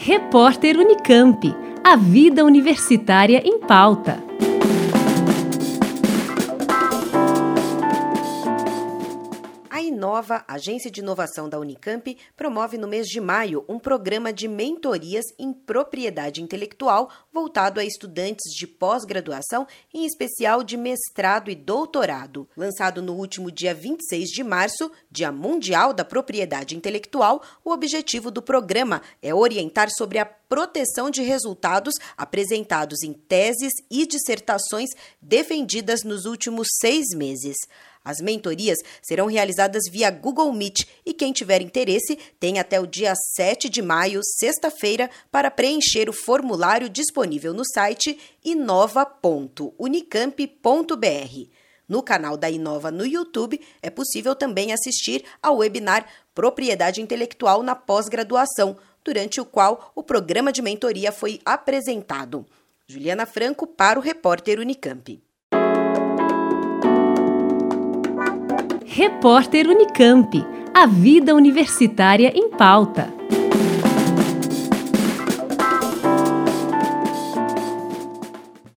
Repórter Unicamp. A vida universitária em pauta. A Inova, agência de inovação da Unicamp, promove no mês de maio um programa de mentorias em propriedade intelectual voltado a estudantes de pós-graduação, em especial de mestrado e doutorado. Lançado no último dia 26 de março, Dia Mundial da Propriedade Intelectual, o objetivo do programa é orientar sobre a proteção de resultados apresentados em teses e dissertações defendidas nos últimos 6 meses. As mentorias serão realizadas via Google Meet e quem tiver interesse tem até o dia 7 de maio, sexta-feira, para preencher o formulário disponível no site inova.unicamp.br. No canal da Inova no YouTube é possível também assistir ao webinar Propriedade Intelectual na Pós-Graduação, durante o qual o programa de mentoria foi apresentado. Juliana Franco para o Repórter Unicamp. Repórter Unicamp. A vida universitária em pauta.